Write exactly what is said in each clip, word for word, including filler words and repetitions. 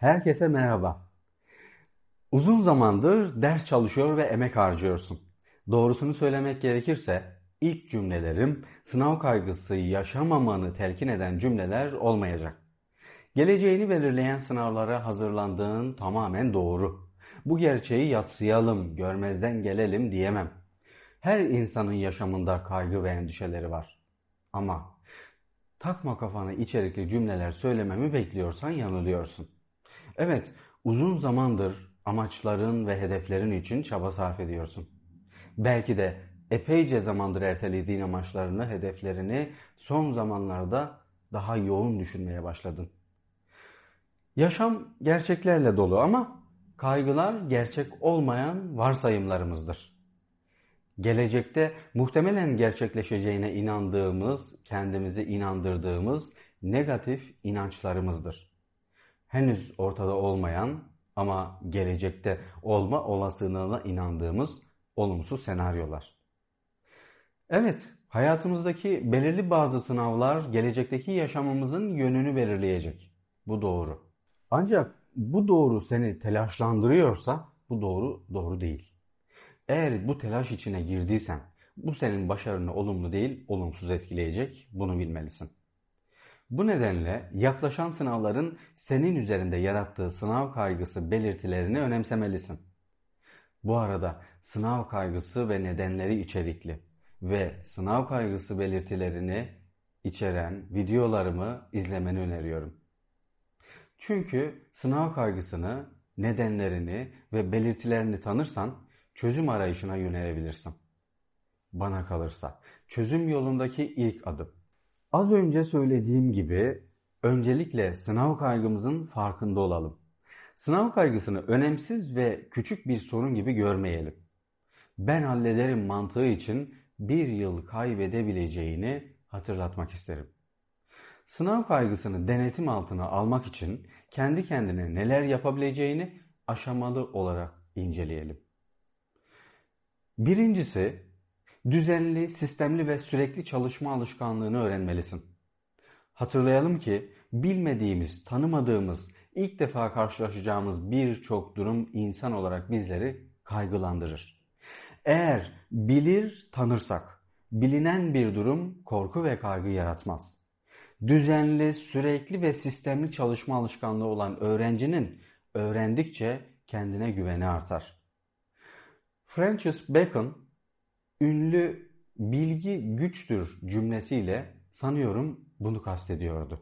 Herkese merhaba. Uzun zamandır ders çalışıyor ve emek harcıyorsun. Doğrusunu söylemek gerekirse ilk cümlelerim sınav kaygısı yaşamamanı telkin eden cümleler olmayacak. Geleceğini belirleyen sınavlara hazırlandığın tamamen doğru. Bu gerçeği yadsıyalım, görmezden gelelim diyemem. Her insanın yaşamında kaygı ve endişeleri var. Ama takma kafana içerikli cümleler söylememi bekliyorsan yanılıyorsun. Evet, uzun zamandır amaçların ve hedeflerin için çaba sarf ediyorsun. Belki de epeyce zamandır ertelediğin amaçlarını, hedeflerini son zamanlarda daha yoğun düşünmeye başladın. Yaşam gerçeklerle dolu ama kaygılar gerçek olmayan varsayımlarımızdır. Gelecekte muhtemelen gerçekleşeceğine inandığımız, kendimizi inandırdığımız negatif inançlarımızdır. Henüz ortada olmayan ama gelecekte olma olasılığına inandığımız olumsuz senaryolar. Evet, hayatımızdaki belirli bazı sınavlar gelecekteki yaşamımızın yönünü belirleyecek. Bu doğru. Ancak bu doğru seni telaşlandırıyorsa bu doğru doğru değil. Eğer bu telaş içine girdiysen bu senin başarını olumlu değil olumsuz etkileyecek. Bunu bilmelisin. Bu nedenle yaklaşan sınavların senin üzerinde yarattığı sınav kaygısı belirtilerini önemsemelisin. Bu arada sınav kaygısı ve nedenleri içerikli ve sınav kaygısı belirtilerini içeren videolarımı izlemeni öneriyorum. Çünkü sınav kaygısını, nedenlerini ve belirtilerini tanırsan çözüm arayışına yönelebilirsin. Bana kalırsa çözüm yolundaki ilk adım. Az önce söylediğim gibi öncelikle sınav kaygımızın farkında olalım. Sınav kaygısını önemsiz ve küçük bir sorun gibi görmeyelim. Ben hallederim mantığı için bir yıl kaybedebileceğini hatırlatmak isterim. Sınav kaygısını denetim altına almak için kendi kendine neler yapabileceğini aşamalı olarak inceleyelim. Birincisi, düzenli, sistemli ve sürekli çalışma alışkanlığını öğrenmelisin. Hatırlayalım ki bilmediğimiz, tanımadığımız, ilk defa karşılaşacağımız birçok durum insan olarak bizleri kaygılandırır. Eğer bilir, tanırsak, bilinen bir durum korku ve kaygı yaratmaz. Düzenli, sürekli ve sistemli çalışma alışkanlığı olan öğrencinin öğrendikçe kendine güveni artar. Francis Bacon, ünlü bilgi güçtür cümlesiyle sanıyorum bunu kastediyordu.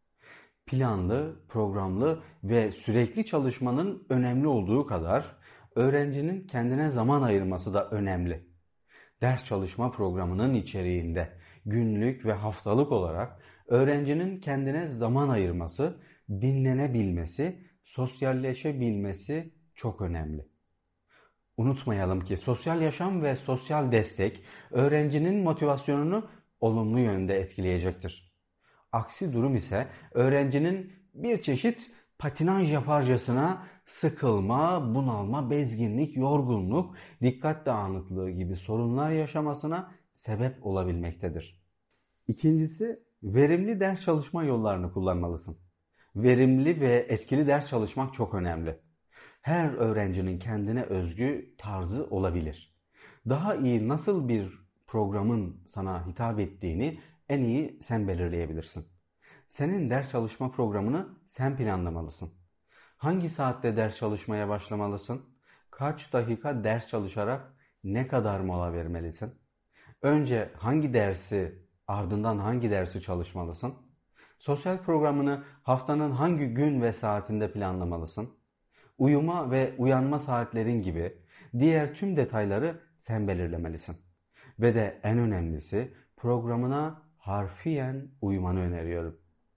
Planlı, programlı ve sürekli çalışmanın önemli olduğu kadar öğrencinin kendine zaman ayırması da önemli. Ders çalışma programının içeriğinde günlük ve haftalık olarak öğrencinin kendine zaman ayırması, dinlenebilmesi, sosyalleşebilmesi çok önemli. Unutmayalım ki sosyal yaşam ve sosyal destek öğrencinin motivasyonunu olumlu yönde etkileyecektir. Aksi durum ise öğrencinin bir çeşit patinaj yaparcasına sıkılma, bunalma, bezginlik, yorgunluk, dikkat dağınıklığı gibi sorunlar yaşamasına sebep olabilmektedir. İkincisi, verimli ders çalışma yollarını kullanmalısın. Verimli ve etkili ders çalışmak çok önemli. Her öğrencinin kendine özgü tarzı olabilir. Daha iyi nasıl bir programın sana hitap ettiğini en iyi sen belirleyebilirsin. Senin ders çalışma programını sen planlamalısın. Hangi saatte ders çalışmaya başlamalısın? Kaç dakika ders çalışarak ne kadar mola vermelisin? Önce hangi dersi, ardından hangi dersi çalışmalısın? Sosyal programını haftanın hangi gün ve saatinde planlamalısın? Uyuma ve uyanma saatlerin gibi diğer tüm detayları sen belirlemelisin. Ve de en önemlisi programına harfiyen uymanı öneriyorum.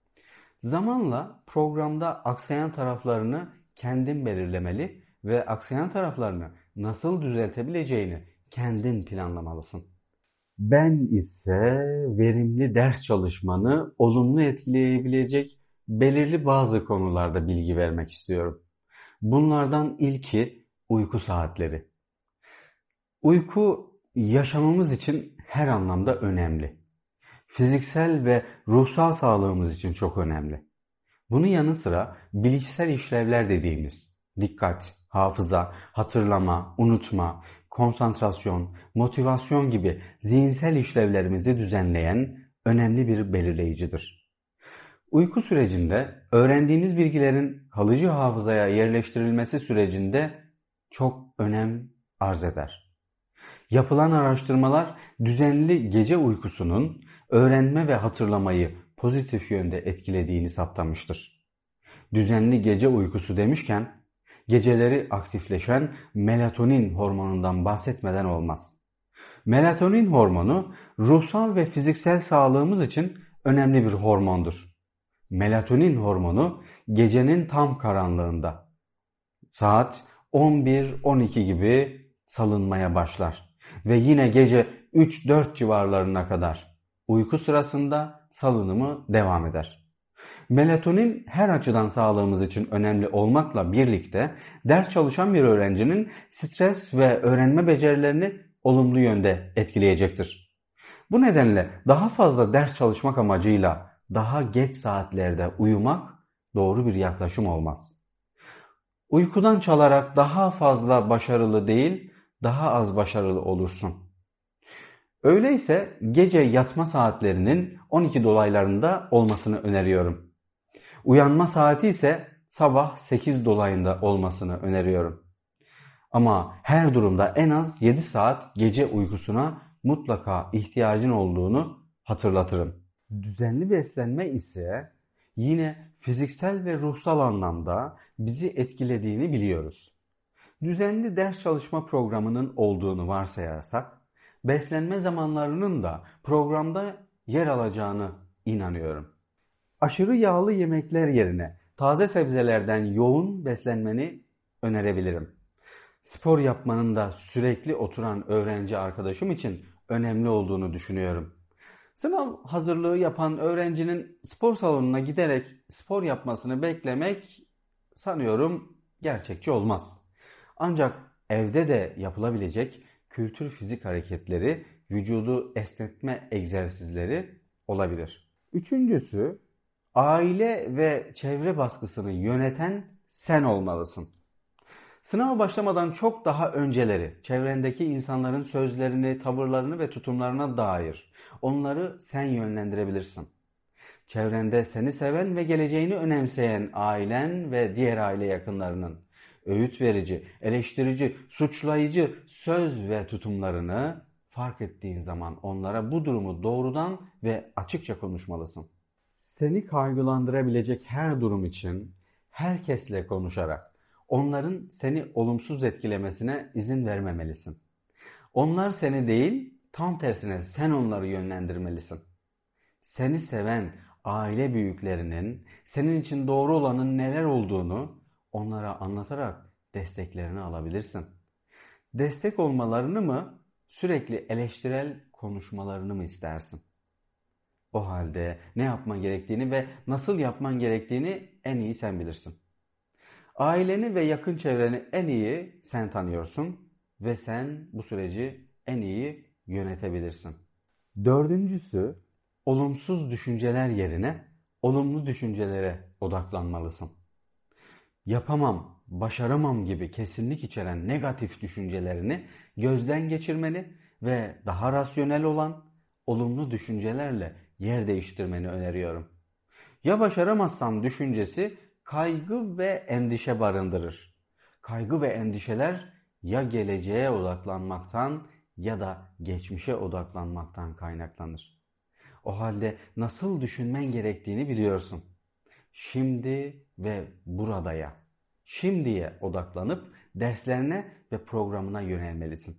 Zamanla programda aksayan taraflarını kendin belirlemeli ve aksayan taraflarını nasıl düzeltebileceğini kendin planlamalısın. Ben ise verimli ders çalışmanı olumlu etkileyebilecek belirli bazı konularda bilgi vermek istiyorum. Bunlardan ilki uyku saatleri. Uyku yaşamımız için her anlamda önemli. Fiziksel ve ruhsal sağlığımız için çok önemli. Bunun yanı sıra bilişsel işlevler dediğimiz dikkat, hafıza, hatırlama, unutma, konsantrasyon, motivasyon gibi zihinsel işlevlerimizi düzenleyen önemli bir belirleyicidir. Uyku sürecinde öğrendiğimiz bilgilerin kalıcı hafızaya yerleştirilmesi sürecinde çok önem arz eder. Yapılan araştırmalar düzenli gece uykusunun öğrenme ve hatırlamayı pozitif yönde etkilediğini saptamıştır. Düzenli gece uykusu demişken geceleri aktifleşen melatonin hormonundan bahsetmeden olmaz. Melatonin hormonu ruhsal ve fiziksel sağlığımız için önemli bir hormondur. Melatonin hormonu gecenin tam karanlığında saat on bir on iki gibi salınmaya başlar ve yine gece üç dört civarlarına kadar uyku sırasında salınımı devam eder. Melatonin her açıdan sağlığımız için önemli olmakla birlikte ders çalışan bir öğrencinin stres ve öğrenme becerilerini olumlu yönde etkileyecektir. Bu nedenle daha fazla ders çalışmak amacıyla daha geç saatlerde uyumak doğru bir yaklaşım olmaz. Uykudan çalarak daha fazla başarılı değil, daha az başarılı olursun. Öyleyse gece yatma saatlerinin on iki dolaylarında olmasını öneriyorum. Uyanma saati ise sabah sekiz dolayında olmasını öneriyorum. Ama her durumda en az yedi saat gece uykusuna mutlaka ihtiyacın olduğunu hatırlatırım. Düzenli beslenme ise yine fiziksel ve ruhsal anlamda bizi etkilediğini biliyoruz. Düzenli ders çalışma programının olduğunu varsayarsak, beslenme zamanlarının da programda yer alacağını inanıyorum. Aşırı yağlı yemekler yerine taze sebzelerden yoğun beslenmeni önerebilirim. Spor yapmanın da sürekli oturan öğrenci arkadaşım için önemli olduğunu düşünüyorum. Sınav hazırlığı yapan öğrencinin spor salonuna giderek spor yapmasını beklemek sanıyorum gerçekçi olmaz. Ancak evde de yapılabilecek kültür fizik hareketleri, vücudu esnetme egzersizleri olabilir. Üçüncüsü, aile ve çevre baskısını yöneten sen olmalısın. Sınava başlamadan çok daha önceleri çevrendeki insanların sözlerini, tavırlarını ve tutumlarına dair onları sen yönlendirebilirsin. Çevrende seni seven ve geleceğini önemseyen ailen ve diğer aile yakınlarının öğüt verici, eleştirici, suçlayıcı söz ve tutumlarını fark ettiğin zaman onlara bu durumu doğrudan ve açıkça konuşmalısın. Seni kaygılandırabilecek her durum için herkesle konuşarak onların seni olumsuz etkilemesine izin vermemelisin. Onlar seni değil, tam tersine sen onları yönlendirmelisin. Seni seven aile büyüklerinin senin için doğru olanın neler olduğunu onlara anlatarak desteklerini alabilirsin. Destek olmalarını mı, sürekli eleştirel konuşmalarını mı istersin? O halde ne yapman gerektiğini ve nasıl yapman gerektiğini en iyi sen bilirsin. Aileni ve yakın çevreni en iyi sen tanıyorsun ve sen bu süreci en iyi yönetebilirsin. Dördüncüsü, olumsuz düşünceler yerine olumlu düşüncelere odaklanmalısın. Yapamam, başaramam gibi kesinlik içeren negatif düşüncelerini gözden geçirmeni ve daha rasyonel olan olumlu düşüncelerle yer değiştirmeni öneriyorum. Ya başaramazsam düşüncesi kaygı ve endişe barındırır. Kaygı ve endişeler ya geleceğe odaklanmaktan ya da geçmişe odaklanmaktan kaynaklanır. O halde nasıl düşünmen gerektiğini biliyorsun. Şimdi ve buradaya, şimdiye odaklanıp derslerine ve programına yönelmelisin.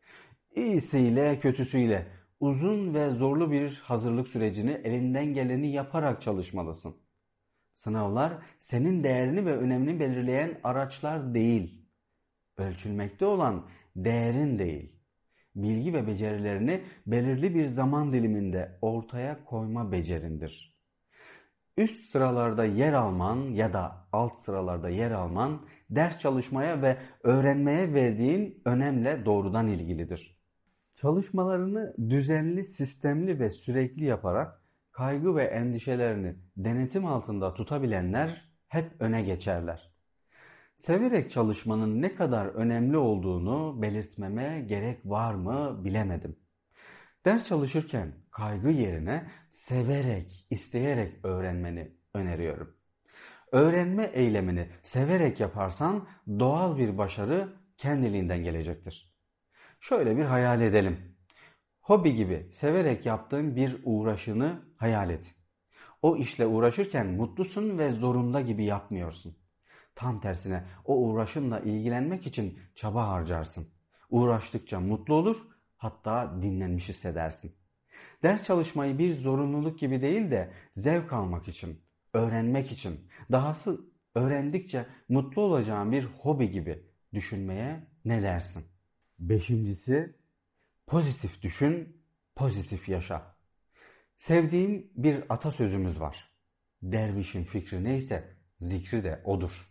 İyisiyle kötüsüyle uzun ve zorlu bir hazırlık sürecini elinden geleni yaparak çalışmalısın. Sınavlar senin değerini ve önemini belirleyen araçlar değil. Ölçülmekte olan değerin değil. Bilgi ve becerilerini belirli bir zaman diliminde ortaya koyma becerindir. Üst sıralarda yer alman ya da alt sıralarda yer alman ders çalışmaya ve öğrenmeye verdiğin önemle doğrudan ilgilidir. Çalışmalarını düzenli, sistemli ve sürekli yaparak kaygı ve endişelerini denetim altında tutabilenler hep öne geçerler. Severek çalışmanın ne kadar önemli olduğunu belirtmeme gerek var mı bilemedim. Ders çalışırken kaygı yerine severek, isteyerek öğrenmeni öneriyorum. Öğrenme eylemini severek yaparsan doğal bir başarı kendiliğinden gelecektir. Şöyle bir hayal edelim. Hobi gibi severek yaptığın bir uğraşını hayal et. O işle uğraşırken mutlusun ve zorunda gibi yapmıyorsun. Tam tersine o uğraşınla ilgilenmek için çaba harcarsın. Uğraştıkça mutlu olur, hatta dinlenmiş hissedersin. Ders çalışmayı bir zorunluluk gibi değil de zevk almak için, öğrenmek için, dahası öğrendikçe mutlu olacağın bir hobi gibi düşünmeye ne dersin? Beşincisi, pozitif düşün, pozitif yaşa. Sevdiğim bir atasözümüz var. Dervişin fikri neyse zikri de odur.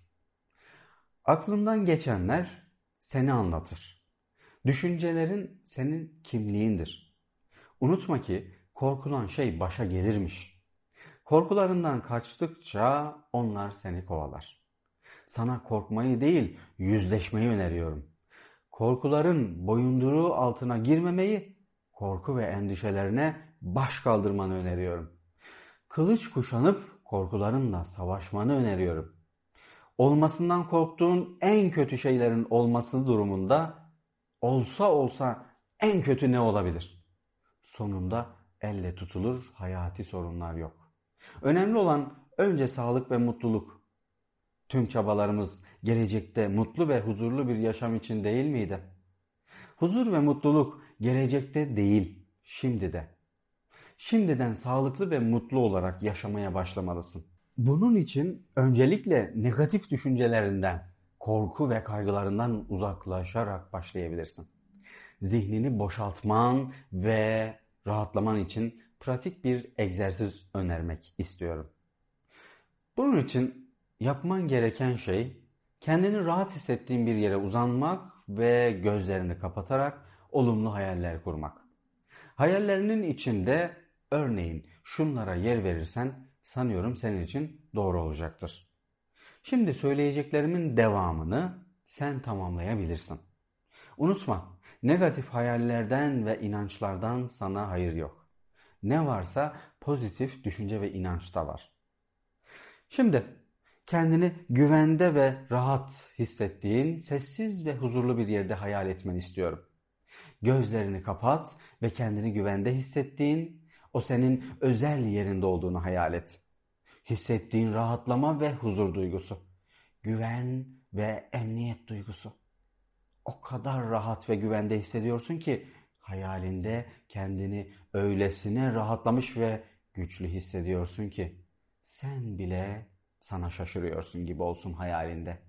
Aklından geçenler seni anlatır. Düşüncelerin senin kimliğindir. Unutma ki korkulan şey başa gelirmiş. Korkularından kaçtıkça onlar seni kovalar. Sana korkmayı değil, yüzleşmeyi öneriyorum. Korkuların boyunduruğu altına girmemeyi, korku ve endişelerine baş kaldırmanı öneriyorum. Kılıç kuşanıp korkularınla savaşmanı öneriyorum. Olmasından korktuğun en kötü şeylerin olması durumunda olsa olsa en kötü ne olabilir? Sonunda elle tutulur hayati sorunlar yok. Önemli olan önce sağlık ve mutluluk. Tüm çabalarımız gelecekte mutlu ve huzurlu bir yaşam için değil miydi? Huzur ve mutluluk gelecekte değil, şimdi de. Şimdiden sağlıklı ve mutlu olarak yaşamaya başlamalısın. Bunun için öncelikle negatif düşüncelerinden, korku ve kaygılarından uzaklaşarak başlayabilirsin. Zihnini boşaltman ve rahatlaman için pratik bir egzersiz önermek istiyorum. Bunun için yapman gereken şey kendini rahat hissettiğin bir yere uzanmak ve gözlerini kapatarak olumlu hayaller kurmak. Hayallerinin içinde örneğin şunlara yer verirsen sanıyorum senin için doğru olacaktır. Şimdi söyleyeceklerimin devamını sen tamamlayabilirsin. Unutma, negatif hayallerden ve inançlardan sana hayır yok. Ne varsa pozitif düşünce ve inançta var. Şimdi kendini güvende ve rahat hissettiğin, sessiz ve huzurlu bir yerde hayal etmeni istiyorum. Gözlerini kapat ve kendini güvende hissettiğin, o senin özel yerinde olduğunu hayal et. Hissettiğin rahatlama ve huzur duygusu, güven ve emniyet duygusu. O kadar rahat ve güvende hissediyorsun ki hayalinde kendini öylesine rahatlamış ve güçlü hissediyorsun ki sen bile sana şaşırıyorsun gibi olsun hayalinde.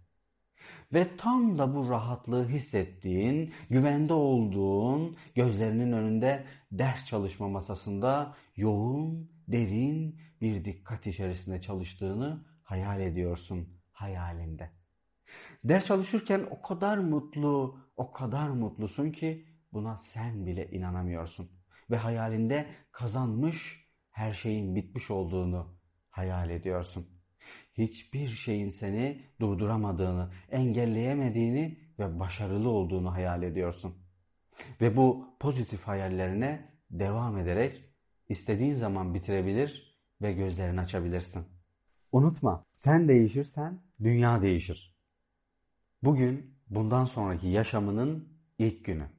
Ve tam da bu rahatlığı hissettiğin, güvende olduğun, gözlerinin önünde ders çalışma masasında yoğun, derin bir dikkat içerisinde çalıştığını hayal ediyorsun hayalinde. Ders çalışırken o kadar mutlu, o kadar mutlusun ki buna sen bile inanamıyorsun. Ve hayalinde kazanmış, her şeyin bitmiş olduğunu hayal ediyorsun. Hiçbir şeyin seni durduramadığını, engelleyemediğini ve başarılı olduğunu hayal ediyorsun. Ve bu pozitif hayallerine devam ederek istediğin zaman bitirebilir ve gözlerini açabilirsin. Unutma, sen değişirsen dünya değişir. Bugün bundan sonraki yaşamının ilk günü.